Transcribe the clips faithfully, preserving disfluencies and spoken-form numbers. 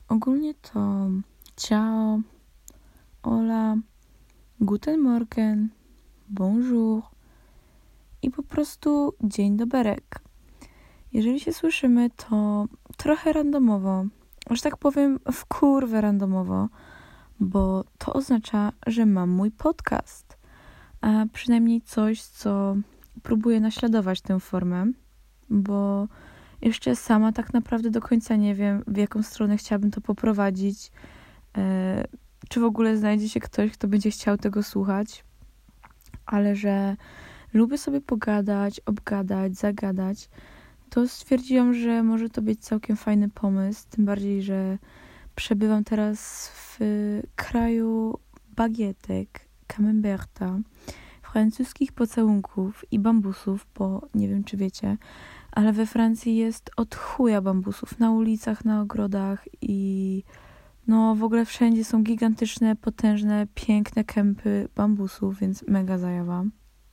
ogólnie to ciao, hola, guten morgen, bonjour i po prostu dzień doberek. Jeżeli się słyszymy, to trochę randomowo, że tak powiem w kurwę randomowo, bo to oznacza, że mam mój podcast, a przynajmniej coś, co próbuję naśladować tę formę, bo jeszcze sama tak naprawdę do końca nie wiem, w jaką stronę chciałabym to poprowadzić, e, czy w ogóle znajdzie się ktoś, kto będzie chciał tego słuchać, ale że lubię sobie pogadać, obgadać, zagadać, to stwierdziłam, że może to być całkiem fajny pomysł, tym bardziej, że przebywam teraz w kraju bagietek, camemberta, francuskich pocałunków i bambusów, bo nie wiem, czy wiecie, ale we Francji jest od chuja bambusów na ulicach, na ogrodach i no w ogóle wszędzie są gigantyczne, potężne, piękne kępy bambusów, więc mega zajawa.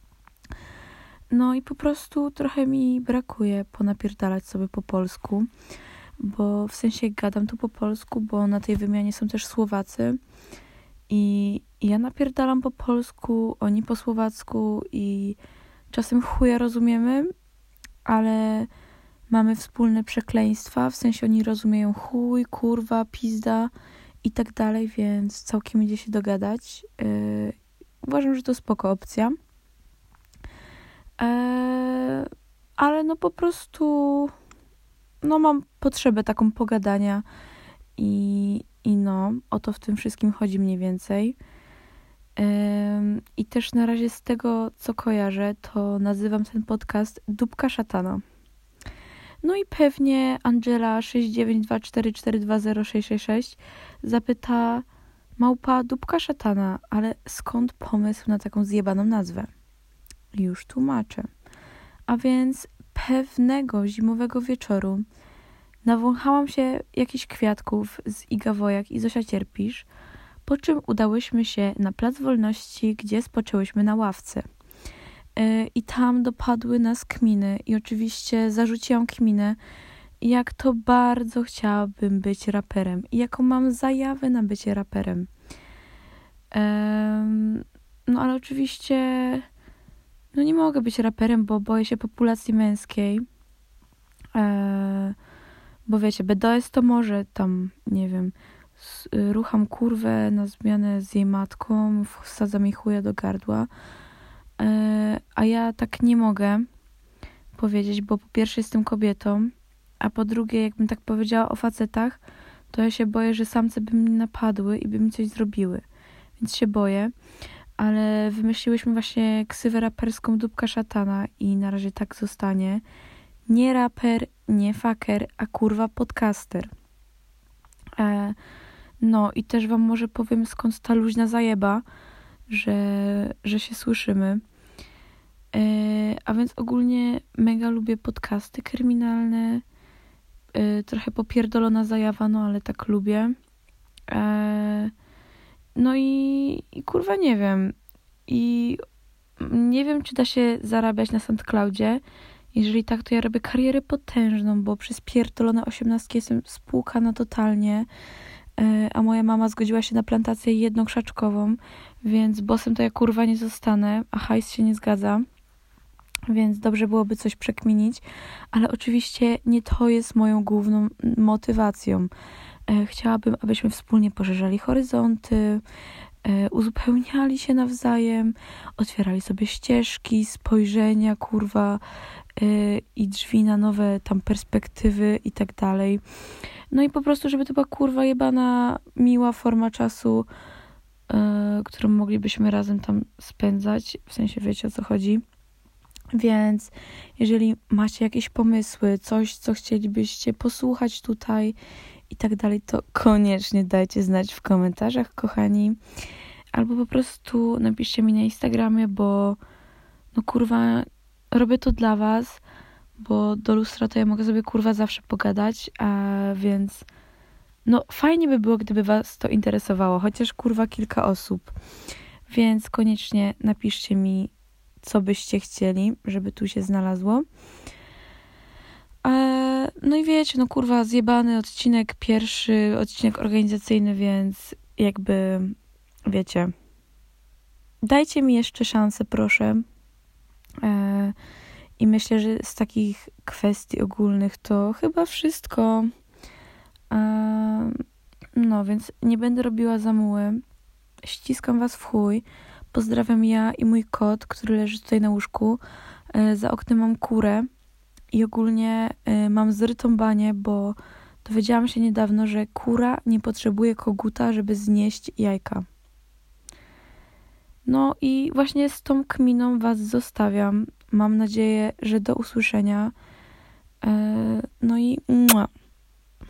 No i po prostu trochę mi brakuje ponapierdalać sobie po polsku, bo w sensie gadam tu po polsku, bo na tej wymianie są też Słowacy i ja napierdalam po polsku, oni po słowacku i czasem chuja rozumiemy, ale mamy wspólne przekleństwa, w sensie oni rozumieją chuj, kurwa, pizda i tak dalej, więc całkiem idzie się dogadać. Yy, uważam, że to spoko opcja. Yy, ale no po prostu no mam potrzebę taką pogadania i, i no o to w tym wszystkim chodzi mniej więcej. Yy, I też na razie z tego, co kojarzę, to nazywam ten podcast Dupka Szatana. No i pewnie Angela sześć dziewięć dwa cztery cztery dwa zero sześć sześć sześć zapyta małpa Dupka Szatana, ale skąd pomysł na taką zjebaną nazwę? Już tłumaczę. A więc pewnego zimowego wieczoru nawąchałam się jakichś kwiatków z Iga Wojak i Zosia Cierpisz, po czym udałyśmy się na Plac Wolności, gdzie spoczęłyśmy na ławce. Yy, I tam dopadły nas kminy i oczywiście zarzuciłam kminę, jak to bardzo chciałabym być raperem i jaką mam zajawę na bycie raperem. Yy, no ale oczywiście no nie mogę być raperem, bo boję się populacji męskiej. Yy, bo wiecie, B D S to może tam, nie wiem, rucham kurwę na zmianę z jej matką, wsadzam jej chuja do gardła. A ja tak nie mogę powiedzieć, bo po pierwsze jestem kobietą, a po drugie, jakbym tak powiedziała o facetach, to ja się boję, że samce by mnie napadły i by mi coś zrobiły. Więc się boję. Ale wymyśliłyśmy właśnie ksywę raperską Dupka Szatana i na razie tak zostanie. Nie raper, nie faker, a kurwa podcaster. E, no i też wam może powiem, skąd ta luźna zajeba, że, że się słyszymy. E, a więc ogólnie mega lubię podcasty kryminalne. E, trochę popierdolona zajawa, no ale tak lubię. E, no i, i kurwa nie wiem. I nie wiem, czy da się zarabiać na SoundCloudzie. Jeżeli tak, to ja robię karierę potężną, bo przez pierdolone osiemnastki jestem spłukana totalnie. A moja mama zgodziła się na plantację jednokrzaczkową, więc bossem to ja kurwa nie zostanę, a hajs się nie zgadza, więc dobrze byłoby coś przekminić, ale oczywiście nie to jest moją główną motywacją. Chciałabym, abyśmy wspólnie poszerzali horyzonty, uzupełniali się nawzajem, otwierali sobie ścieżki, spojrzenia, kurwa, i drzwi na nowe tam perspektywy i tak dalej. No i po prostu, żeby to była kurwa jebana, miła forma czasu, yy, którą moglibyśmy razem tam spędzać. W sensie wiecie, o co chodzi. Więc jeżeli macie jakieś pomysły, coś, co chcielibyście posłuchać tutaj i tak dalej, to koniecznie dajcie znać w komentarzach, kochani. Albo po prostu napiszcie mi na Instagramie, bo no kurwa, robię to dla was, bo do lustra to ja mogę sobie kurwa zawsze pogadać, a więc no fajnie by było, gdyby was to interesowało, chociaż kurwa kilka osób. Więc koniecznie napiszcie mi, co byście chcieli, żeby tu się znalazło. E, No i wiecie, no kurwa, zjebany odcinek pierwszy, odcinek organizacyjny, więc jakby, wiecie, dajcie mi jeszcze szansę, proszę. E, I myślę, że z takich kwestii ogólnych to chyba wszystko. E, no, więc nie będę robiła zamuły. Ściskam was w chuj. Pozdrawiam ja i mój kot, który leży tutaj na łóżku. E, za oknem mam kurę i ogólnie e, mam zrytą banię, bo dowiedziałam się niedawno, że kura nie potrzebuje koguta, żeby znieść jajka. No i właśnie z tą kminą was zostawiam. Mam nadzieję, że do usłyszenia. E, no i mua.